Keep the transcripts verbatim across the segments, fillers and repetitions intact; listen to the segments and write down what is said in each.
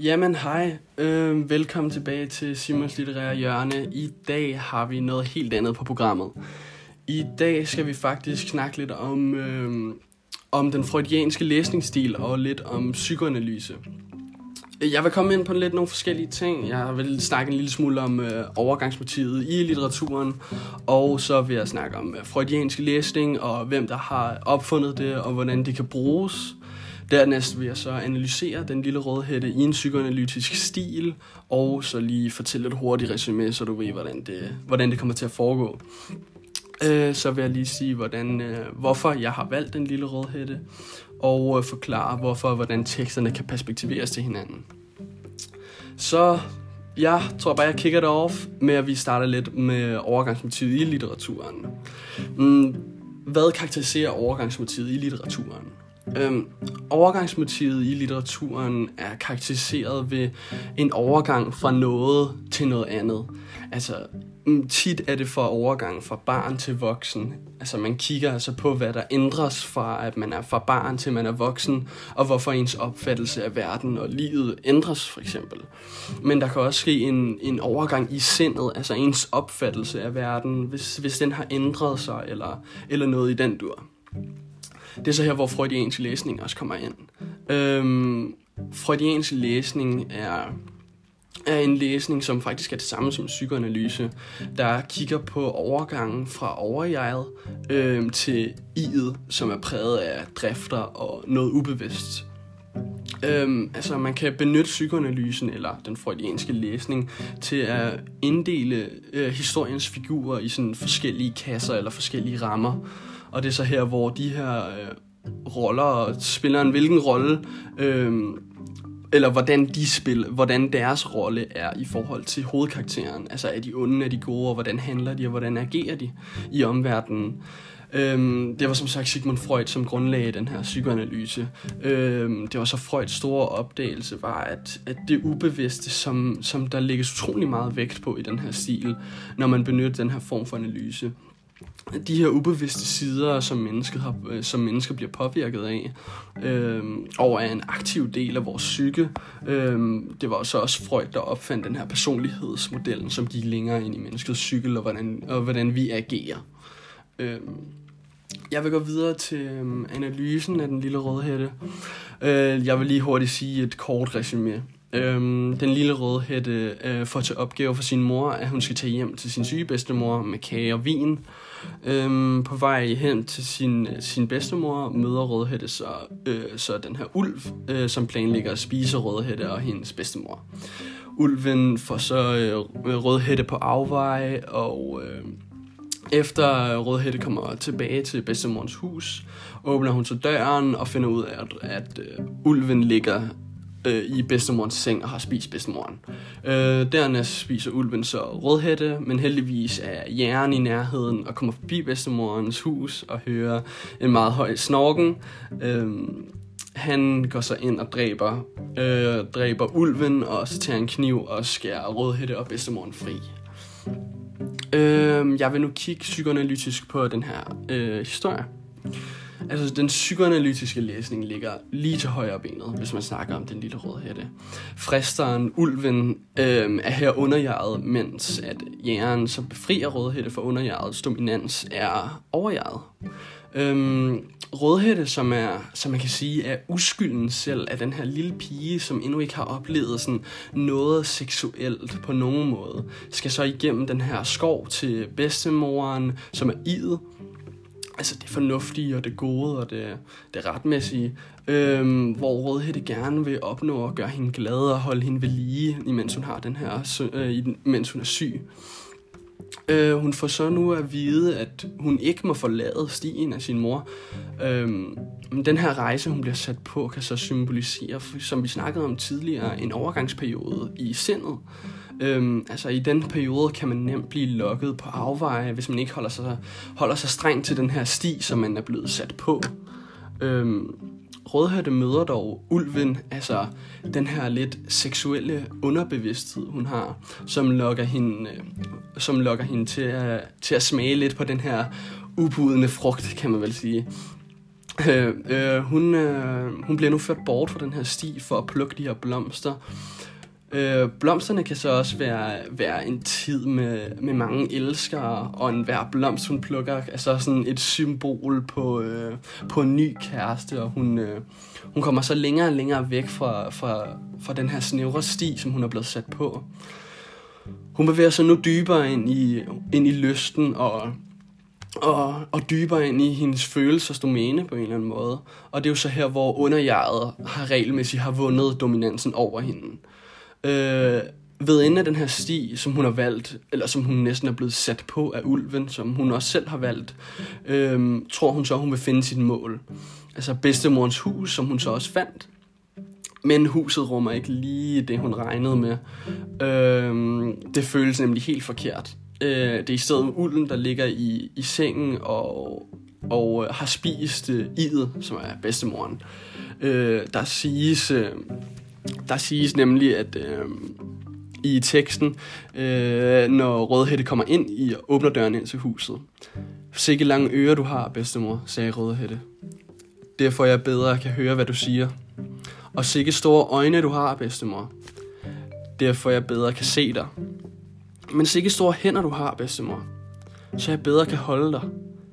Jamen hej, øh, velkommen tilbage til Simons Litterære Hjørne. I dag har vi noget helt andet på programmet. I dag skal vi faktisk snakke lidt om, øh, om den freudianske læsningsstil og lidt om psykoanalyse. Jeg vil komme ind på lidt nogle forskellige ting. Jeg vil snakke en lille smule om øh, overgangsmotivet i litteraturen, og så vil jeg snakke om øh, freudiansk læsning og hvem der har opfundet det og hvordan det kan bruges. Dernæst vil jeg så analysere den lille rødhætte i en psykoanalytisk stil, og så lige fortælle et hurtigt resumé, så du ved, hvordan det, hvordan det kommer til at foregå. Øh, så vil jeg lige sige, hvordan, øh, hvorfor jeg har valgt den lille rødhætte, og øh, forklare, hvorfor og hvordan teksterne kan perspektiveres til hinanden. Så jeg tror bare, jeg kicker det off med, at vi starter lidt med overgangsmotivet i litteraturen. Mm, hvad karakteriserer overgangsmotivet i litteraturen? Øhm, overgangsmotivet i litteraturen er karakteriseret ved en overgang fra noget til noget andet. Altså tit er det for overgang fra barn til voksen. Altså man kigger altså på, hvad der ændres fra, at man er fra barn til man er voksen, og hvorfor ens opfattelse af verden og livet ændres for eksempel. Men der kan også ske en, en overgang i sindet, altså ens opfattelse af verden, hvis, hvis den har ændret sig eller, eller noget i den dur. Det er så her, hvor freudiansk læsning også kommer ind. Øhm, freudiansk læsning er, er en læsning, som faktisk er det samme som psykoanalyse, der kigger på overgangen fra overjeget øhm, til i'et, som er præget af drifter og noget ubevidst. Øhm, altså man kan benytte psykoanalysen eller den freudianske læsning til at inddele øh, historiens figurer i sådan forskellige kasser eller forskellige rammer. Og det er så her, hvor de her øh, roller spiller en hvilken rolle, øh, eller hvordan de spiller, hvordan deres rolle er i forhold til hovedkarakteren. Altså er de onde, er de gode, og hvordan handler de, og hvordan agerer de i omverdenen. Øhm, det var som sagt Sigmund Freud, som grundlagde den her psykoanalyse. Øhm, det var så Freuds store opdagelse, var at, at det ubevidste, som, som der lægges utrolig meget vægt på i den her stil, når man benytter den her form for analyse. De her ubevidste sider, som mennesket har, som mennesker bliver påvirket af, øhm, og er en aktiv del af vores psyke. Øhm, det var så også Freud, der opfandt den her personlighedsmodellen, som gik længere ind i menneskets psyke, og hvordan, og hvordan vi agerer. Øhm, jeg vil gå videre til øhm, analysen af den lille rødhætte. Øh, jeg vil lige hurtigt sige et kort resumé. Øhm, den lille rødhætte øh, får til opgave for sin mor, at hun skal tage hjem til sin syge bedstemor med kage og vin. Øhm, på vej hen til sin, sin bedstemor møder rødhætte så, øh, så den her ulv, øh, som planlægger at spise rødhætte og hendes bedstemor. Ulven får så øh, rødhætte på afveje, og øh, efter rødhætte kommer tilbage til bedstemorens hus, åbner hun så døren og finder ud af, at, at øh, ulven ligger i bedstemorens seng og har spist bedstemoren. Øh, dernæst spiser ulven så rødhætte, men heldigvis er jægeren i nærheden og kommer forbi bedstemorens hus og hører en meget høj snorken. Øh, han går så ind og dræber, øh, dræber ulven, og så tager en kniv og skærer rødhætte og bedstemoren fri. Øh, jeg vil nu kigge psykoanalytisk på den her øh, historie. Altså, den psykoanalytiske læsning ligger lige til højre benet, hvis man snakker om den lille rødhætte. Fristeren, ulven, øh, er her underjeget, mens at jægeren, som befrier rødhætte fra underjegets dominans, er overjeget. Øhm, rødhætte, som er, som man kan sige, er uskylden selv af den her lille pige, som endnu ikke har oplevet sådan noget seksuelt på nogen måde, skal så igennem den her skov til bedstemoren, som er i'et. Altså det fornuftige og det gode og det, det retmæssige, øhm, hvor rødhætte gerne vil opnå at gøre hende glad og holde hende ved lige, imens hun har den her, øh, imens hun er syg. Øh, hun får så nu at vide, at hun ikke må forlade stien af sin mor. Øhm, men den her rejse, hun bliver sat på, kan så symbolisere, som vi snakkede om tidligere, en overgangsperiode i sindet. Øhm, altså i den periode kan man nemt blive lokket på afveje, hvis man ikke holder sig, holder sig strengt til den her sti, som man er blevet sat på. Øhm, Rødhætte møder dog ulven, altså den her lidt seksuelle underbevidsthed, hun har, som lokker hende, som lokker hende til, at, til at smage lidt på den her ubudne frugt, kan man vel sige. Øh, øh, hun, øh, hun bliver nu ført bort fra den her sti for at plukke de her blomster. Øh, blomsterne kan så også være, være en tid med, med mange elskere, og enhver blomst, hun plukker, er så sådan et symbol på, øh, på en ny kæreste, og hun, øh, hun kommer så længere og længere væk fra, fra, fra den her snævre sti, som hun er blevet sat på. Hun bevæger sig nu dybere ind i, ind i lysten, og, og, og dybere ind i hendes følelsers domæne på en eller anden måde. Og det er jo så her, hvor underjeget har regelmæssigt har vundet dominansen over hende. Øh, ved enden af den her sti, som hun har valgt, eller som hun næsten er blevet sat på af ulven, som hun også selv har valgt, øh, tror hun så, hun vil finde sit mål. Altså bedstemorens hus, som hun så også fandt. Men huset rummer ikke lige det, hun regnede med. Øh, det føles nemlig helt forkert. Øh, det er i stedet ulven, der ligger i, i sengen og, og har spist øh, idet, som er bedstemoren. Øh, der siges... Øh, Der siges nemlig, at øh, i teksten, øh, når Rødhætte kommer ind i og åbner døren ind til huset. Sikke lange ører du har, bedstemor, sagde Rødhætte. Derfor jeg bedre kan høre, hvad du siger. Og sikke store øjne du har, bedstemor. Derfor jeg bedre kan se dig. Men sikke store hænder du har, bedstemor. Så jeg bedre kan holde dig.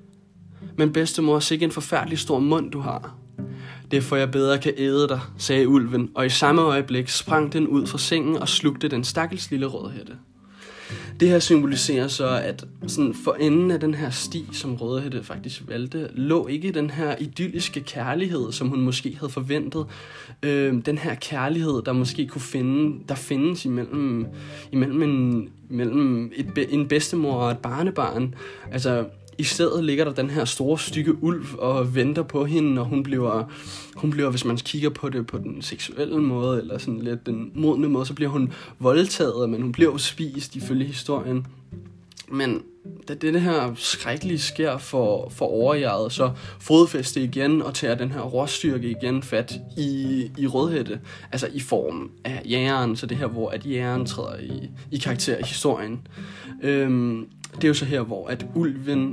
Men bedstemor, sikke en forfærdelig stor mund du har. Det for jeg bedre kan æde dig, sagde ulven, og i samme øjeblik sprang den ud fra sengen og slugte den stakkels lille Rødhætte. Det her symboliserer så, at sådan for enden af den her sti, som Rødhætte faktisk valgte, lå ikke den her idylliske kærlighed, som hun måske havde forventet. Øh, den her kærlighed, der måske kunne finde, der findes imellem, imellem, en, imellem et, en bedstemor og et barnebarn. Altså... I stedet ligger der den her store stykke ulv og venter på hende, og hun bliver, hun bliver, hvis man kigger på det på den seksuelle måde, eller sådan lidt den modne måde, så bliver hun voldtaget, men hun bliver jo spist ifølge historien. Men da det her skrækkelige sker for, for overjeget, så fodfæste igen og tager den her råstyrke igen fat i, i Rødhætte, altså i form af jægeren, så det her, hvor at jægeren træder i, i karakter i historien. Øhm, det er jo så her, hvor at ulven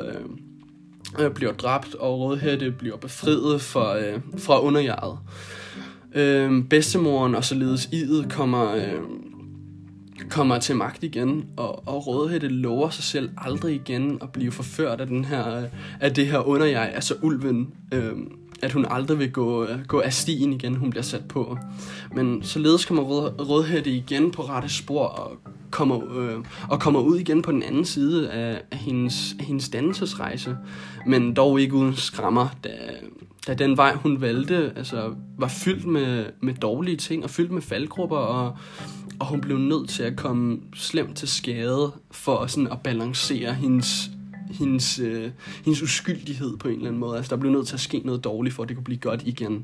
øh, øh, bliver dræbt, og Rødhætte bliver befriet fra, øh, fra underjeget. Øh, bedstemoren og således idet kommer... Øh, kommer til magt igen, og, og Rødhætte lover sig selv aldrig igen at blive forført af, den her, af det her underjeg, altså ulven, øh, at hun aldrig vil gå, gå af stien igen, hun bliver sat på. Men således kommer Rød, Rødhætte igen på rette spor, og kommer, øh, og kommer ud igen på den anden side af, af, hendes, af hendes dannelsesrejse, men dog ikke uden skrammer, da, da den vej, hun valgte, altså, var fyldt med, med dårlige ting, og fyldt med faldgrupper, og Og hun blev nødt til at komme slemt til skade for sådan at balancere hendes, hendes, øh, hendes uskyldighed på en eller anden måde. Altså der blev nødt til at ske noget dårligt, for at det kunne blive godt igen.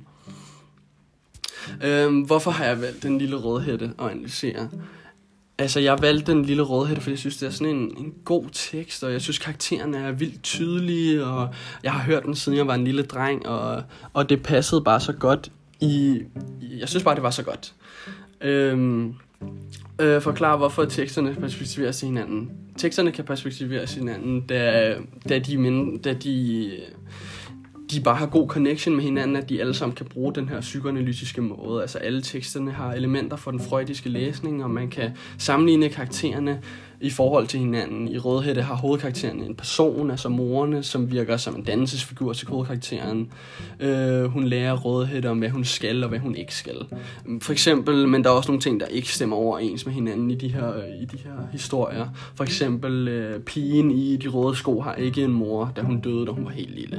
Øhm, hvorfor har jeg valgt den lille Rødhætte at analysere? Altså jeg valgte den lille Rødhætte, fordi jeg synes, det er sådan en, en god tekst, og jeg synes, karaktererne er vildt tydelige, og jeg har hørt den, siden jeg var en lille dreng, og, og det passede bare så godt i... Jeg synes bare, det var så godt. Øhm... Øh, forklare, hvorfor teksterne perspektiveres til hinanden. Teksterne kan perspektiveres til hinanden, da, da, de, men, da de, de bare har god connection med hinanden, at de alle sammen kan bruge den her psykoanalytiske måde. Altså alle teksterne har elementer for den freudiske læsning, og man kan sammenligne karaktererne i forhold til hinanden. I Rødhætte har hovedkarakteren en person, altså morerne, som virker som en dannelsesfigur til hovedkarakteren. Øh, hun lærer Rødhætte om, hvad hun skal og hvad hun ikke skal. For eksempel, men der er også nogle ting, der ikke stemmer overens med hinanden i de her, i de her historier. For eksempel, øh, pigen i De Røde Sko har ikke en mor, da hun døde, da hun var helt lille.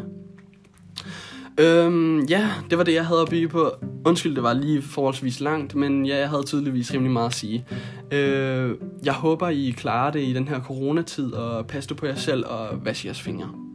Øhm, ja, det var det, jeg havde at bygge på. Undskyld, det var lige forholdsvis langt, men ja, jeg havde tydeligvis rimelig meget at sige. Øh, jeg håber, I klarer det i den her coronatid, og pas på jer selv, og vask jeres fingre.